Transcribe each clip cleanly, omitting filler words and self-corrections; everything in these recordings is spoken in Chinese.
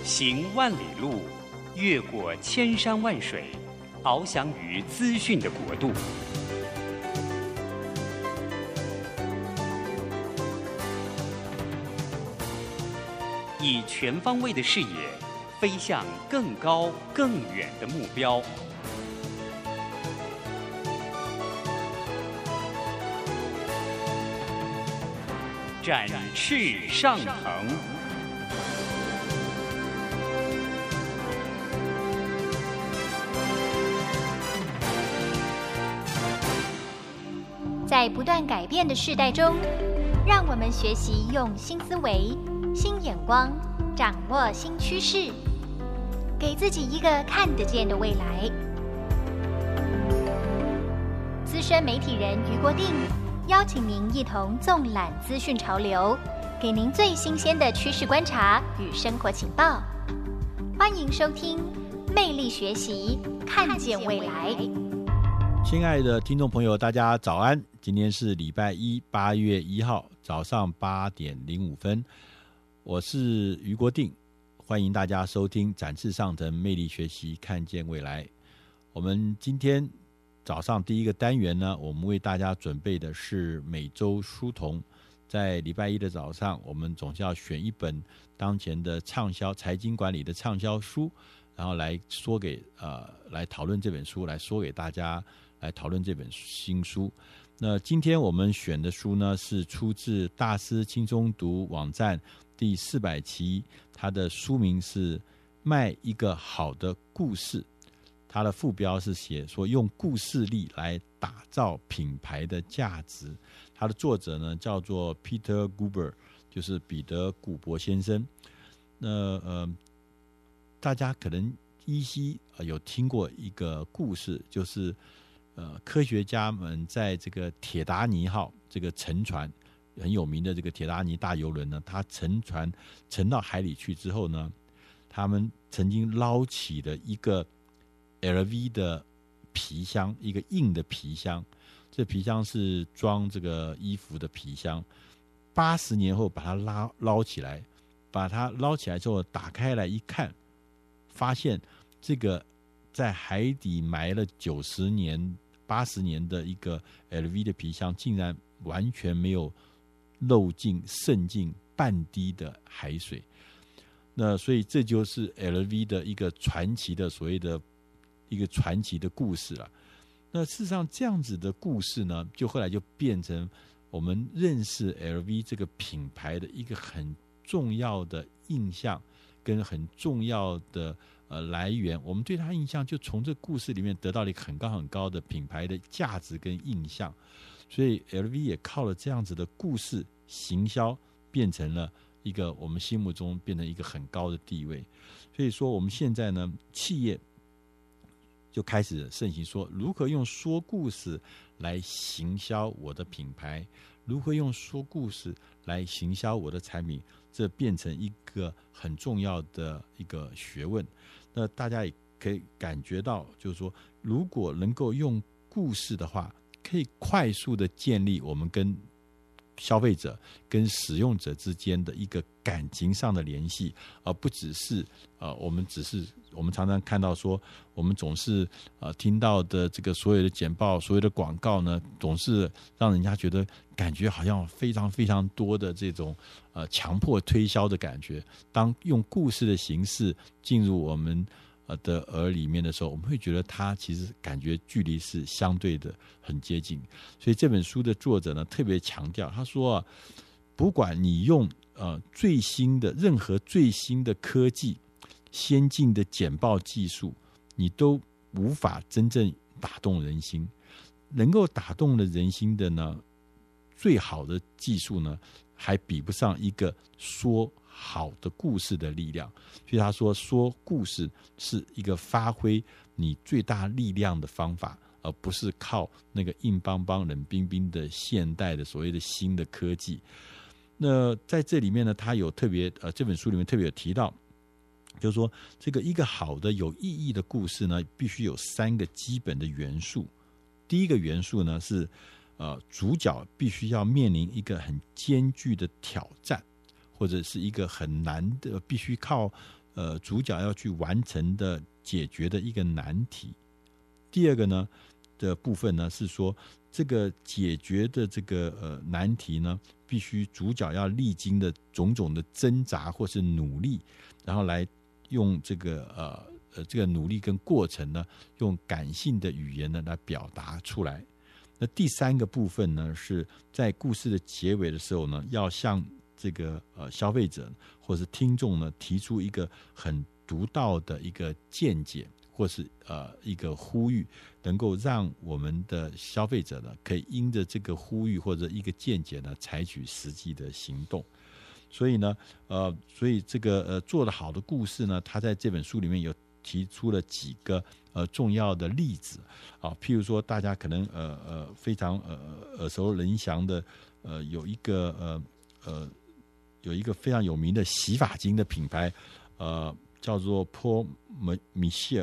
行万里路，越过千山万水，翱翔于资讯的国度。以全方位的视野，飞向更高更远的目标。展翅上腾。 在不断改变的世代中，让我们学习用新思维、新眼光，掌握新趋势，给自己一个看得见的未来。资深媒体人余国定邀请您一同纵览资讯潮流，给您最新鲜的趋势观察与生活情报。欢迎收听《魅力学习，看见未来》。 亲爱的听众朋友，大家早安！今天是礼拜一，8月1号早上8点05分，我是余国定，欢迎大家收听展翅上腾，魅力学习，看见未来。我们今天早上第一个单元呢，我们为大家准备的是每周书童。在礼拜一的早上，我们总是要选一本当前的畅销财经管理的畅销书，然后来说给来讨论这本书，来说给大家，来讨论这本新书。那今天我们选的书呢，是出自大师轻松读网站第400期，它的书名是《卖一个好的故事》，它的副标是写说用故事力来打造品牌的价值。它的作者呢叫做 Peter Guber， 就是彼得·古伯先生。那大家可能依稀有听过一个故事，就是科学家们在这个铁达尼号这个沉船很有名的这个铁达尼大游轮呢，它沉船沉到海里去之后呢，他们曾经捞起了一个 LV 的皮箱，一个硬的皮箱，这皮箱是装这个衣服的皮箱。80年后把它捞起来，把它捞起来之后打开来一看，发现这个在海底埋了90年、80年的一个 LV 的皮箱，竟然完全没有漏进、渗进半滴的海水。那所以这就是 LV 的一个传奇的所谓的一个传奇的故事了。那事实上这样子的故事呢，就后来就变成我们认识 LV 这个品牌的一个很重要的印象跟很重要的来源。我们对它印象就从这故事里面得到了一个很高很高的品牌的价值跟印象。所以 LV 也靠了这样子的故事行销，变成了一个我们心目中变成一个很高的地位。所以说我们现在呢，企业就开始盛行说如何用说故事来行销我的品牌，如何用说故事来行销我的产品，这变成一个很重要的一个学问。那大家也可以感觉到，就是说如果能够用故事的话，可以快速的建立我们跟消费者跟使用者之间的一个感情上的联系，而不只是我们常常看到说，我们总是听到的这个所有的简报、所有的广告呢，总是让人家觉得感觉好像非常非常多的这种强迫推销的感觉。当用故事的形式进入我们的耳里面的时候，我们会觉得它其实感觉距离是相对的很接近。所以这本书的作者呢特别强调，他说不管你用最新的任何最新的科技、先进的简报技术，你都无法真正打动人心。能够打动了人心的呢，最好的技术呢，还比不上一个说好的故事的力量。所以他说，说故事是一个发挥你最大力量的方法，而不是靠那个硬邦邦、冷冰冰的现代的所谓的新的科技。那在这里面呢，他有特别这本书里面特别有提到，就是说这个一个好的有意义的故事呢，必须有3个基本的元素。第一个元素呢是主角必须要面临一个很艰巨的挑战，或者是一个很难的必须靠主角要去完成的解决的一个难题。第二个呢的部分呢是说，这个解决的这个难题呢，必须主角要历经的种种的挣扎或是努力，然后来用这个努力跟过程呢，用感性的语言呢来表达出来。那第三个部分呢，是在故事的结尾的时候呢，要向这个消费者或是听众呢提出一个很独到的一个见解，或是一个呼吁，能够让我们的消费者呢可以因着这个呼吁或者一个见解呢采取实际的行动。所以呢所以这个做得好的故事呢，他在这本书里面有提出了几个重要的例子啊，譬如说大家可能非常耳熟能详的有一个非常有名的洗发精的品牌叫做 Paul Michel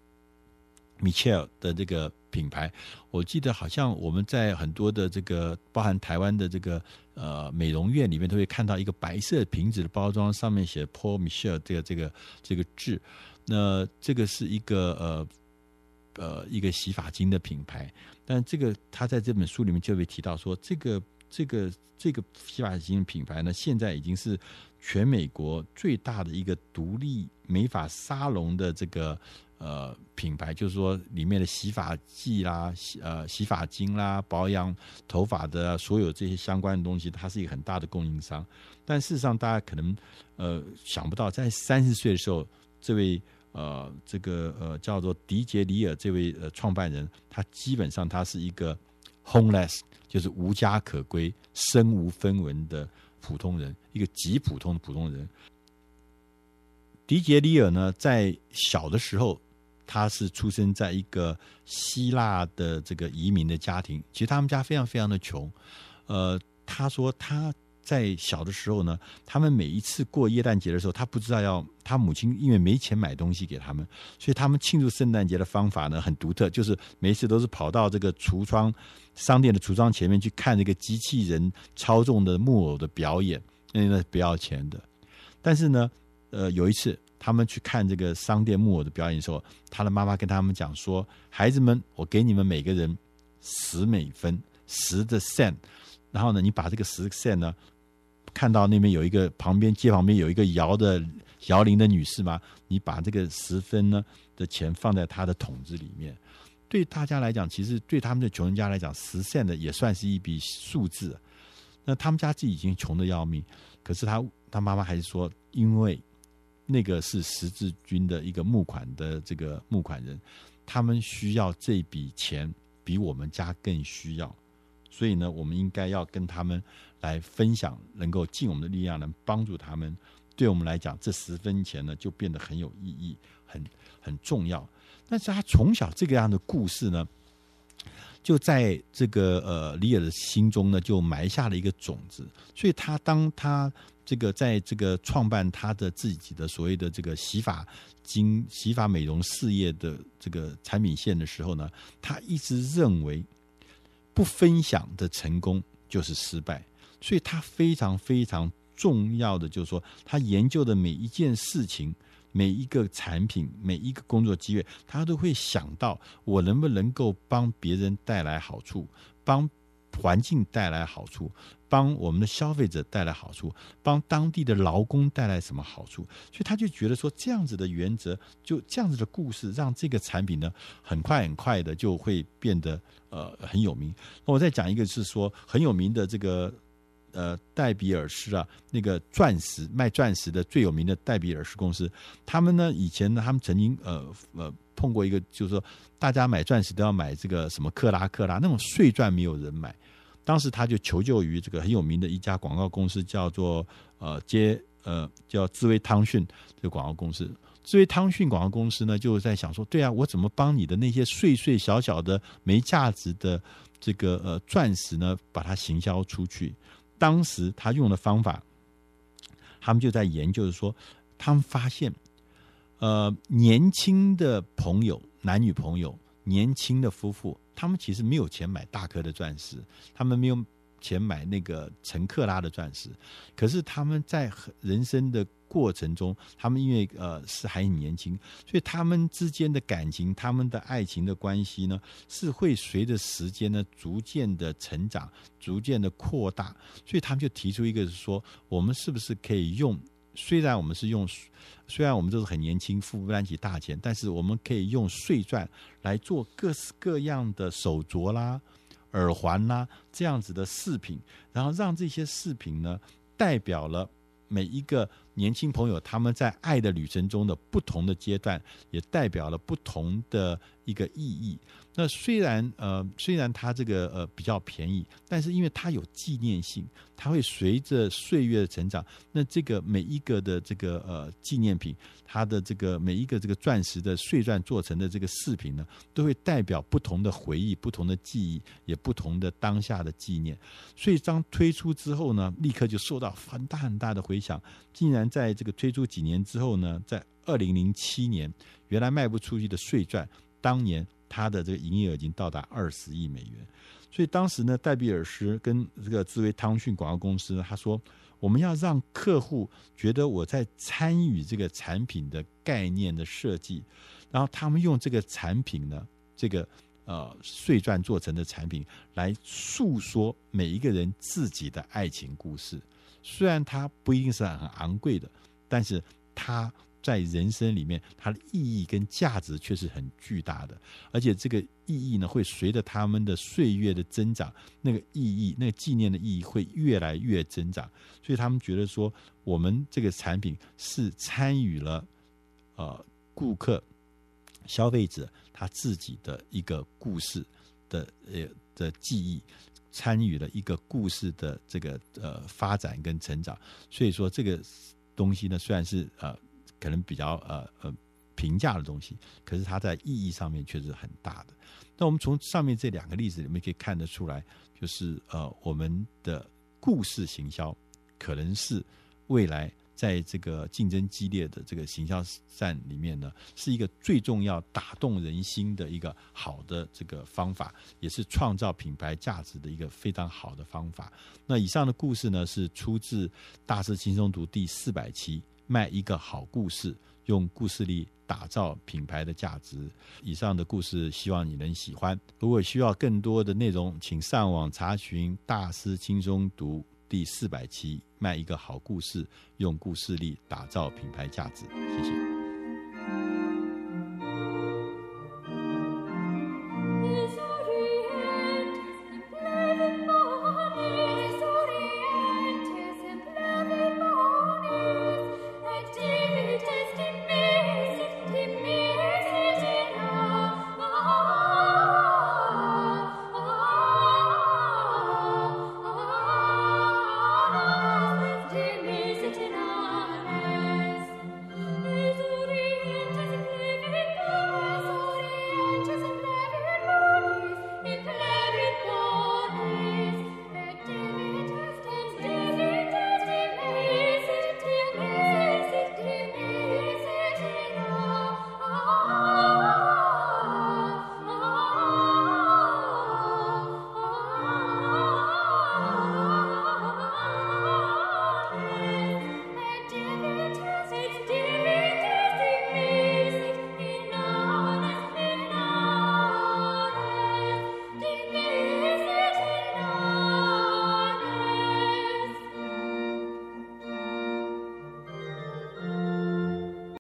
的这个品牌。我记得好像我们在很多的这个包含台湾的这个美容院里面都会看到一个白色瓶子的包装，上面写 Paul Michel 这个字。那这个是一个洗发精的品牌，但这个他在这本书里面就会提到说，这个洗发精品牌呢，现在已经是全美国最大的一个独立美发沙龙的这个品牌，就是说里面的洗发剂啦、洗发精啦、保养头发的所有这些相关的东西，它是一个很大的供应商。但事实上，大家可能想不到，在30岁的时候，这位叫做迪杰里尔这位创办人，他基本上他是一个 homeless， 就是无家可归、身无分文的普通人，一个极普通的普通人。迪杰里尔呢，在小的时候，他是出生在一个希腊的这个移民的家庭，其实他们家非常非常的穷。他说他在小的时候呢，他们每一次过耶诞节的时候，他不知道他母亲因为没钱买东西给他们，所以他们庆祝圣诞节的方法呢很独特，就是每一次都是跑到这个商店的橱窗前面去看这个机器人操纵的木偶的表演，那是不要钱的。但是呢有一次他们去看这个商店木偶的表演的时候，他的妈妈跟他们讲说，孩子们，我给你们每个人10美分，10的 cent， 然后呢你把这个10 cent 呢，看到那边有一个街旁边有一个摇铃的女士吗？你把这个10分呢的钱放在她的桶子里面。对大家来讲，其实对他们的穷人家来讲，10 cent 的也算是一笔数字。那他们家自己已经穷得要命，可是他妈妈还是说，因为那个是十字军的一个募款的这个募款人，他们需要这笔钱比我们家更需要，所以呢，我们应该要跟他们来分享，能够尽我们的力量，能帮助他们。对我们来讲，这10分钱呢，就变得很有意义，很重要。但是他从小这个样的故事呢，就在这个里尔的心中呢，就埋下了一个种子。所以当他这个在这个创办他的自己的所谓的这个洗发美容事业的这个产品线的时候呢，他一直认为不分享的成功就是失败。所以他非常非常重要的就是说，他研究的每一件事情，每一个产品，每一个工作机会，他都会想到我能不能够帮别人带来好处，帮环境带来好处，帮我们的消费者带来好处，帮当地的劳工带来什么好处。所以他就觉得说，这样子的原则，就这样子的故事，让这个产品呢很快的就会变得很有名。那我再讲一个是说很有名的这个戴比尔斯啊，那个卖钻石的最有名的戴比尔斯公司，他们呢以前呢，他们曾经碰过一个，就是说大家买钻石都要买这个什么克拉那种碎钻没有人买，当时他就求救于这个很有名的一家广告公司，叫做叫智威汤逊这个广告公司。智威汤逊广告公司呢，就在想说，对啊，我怎么帮你的那些碎小的没价值的这个钻石呢，把它行销出去。当时他用的方法，他们就在研究说，他们发现年轻的朋友，男女朋友，年轻的夫妇，他们其实没有钱买大颗的钻石，他们没有钱买那个10克拉的钻石，可是他们在人生的过程中，他们因为是还很年轻，所以他们之间的感情、他们的爱情的关系呢，是会随着时间呢逐渐的成长、逐渐的扩大。所以他们就提出一个是说，我们是不是可以用，虽然我们都是很年轻，付不起大钱，但是我们可以用碎钻来做各式各样的手镯啦、耳环啦这样子的饰品，然后让这些饰品呢代表了每一个年轻朋友他们在爱的旅程中的不同的阶段，也代表了不同的一个意义。那虽然它这个比较便宜，但是因为它有纪念性，它会随着岁月的成长，那这个每一个的这个纪念品，它的这个每一个这个钻石的碎钻做成的这个饰品呢，都会代表不同的回忆、不同的记忆，也不同的当下的纪念。所以当推出之后呢，立刻就受到很大很大的回响。竟然在这个推出几年之后呢，在2007年，原来卖不出去的碎钻，当年它的这个营业额已经到达20亿美元。所以当时呢，戴比尔斯跟这个智威汤讯广告公司呢，他说我们要让客户觉得我在参与这个产品的概念的设计，然后他们用这个产品呢，这个碎钻做成的产品来诉说每一个人自己的爱情故事。虽然它不一定是很昂贵的，但是它在人生里面它的意义跟价值却是很巨大的，而且这个意义呢会随着他们的岁月的增长，那个意义、那个纪念的意义会越来越增长。所以他们觉得说，我们这个产品是参与了顾客、消费者他自己的一个故事的记忆，参与了一个故事的这个发展跟成长。所以说这个东西呢，虽然是可能比较平价的东西，可是它在意义上面却是很大的。那我们从上面这2个例子里面可以看得出来，就是我们的故事行销可能是未来在这个竞争激烈的这个行销战里面呢，是一个最重要打动人心的一个好的这个方法，也是创造品牌价值的一个非常好的方法。那以上的故事呢，是出自《大师轻松读》第400期，卖一个好故事，用故事力打造品牌的价值。以上的故事希望你能喜欢。如果需要更多的内容，请上网查询《大师轻松读》第400期，卖一个好故事，用故事力打造品牌价值。谢谢。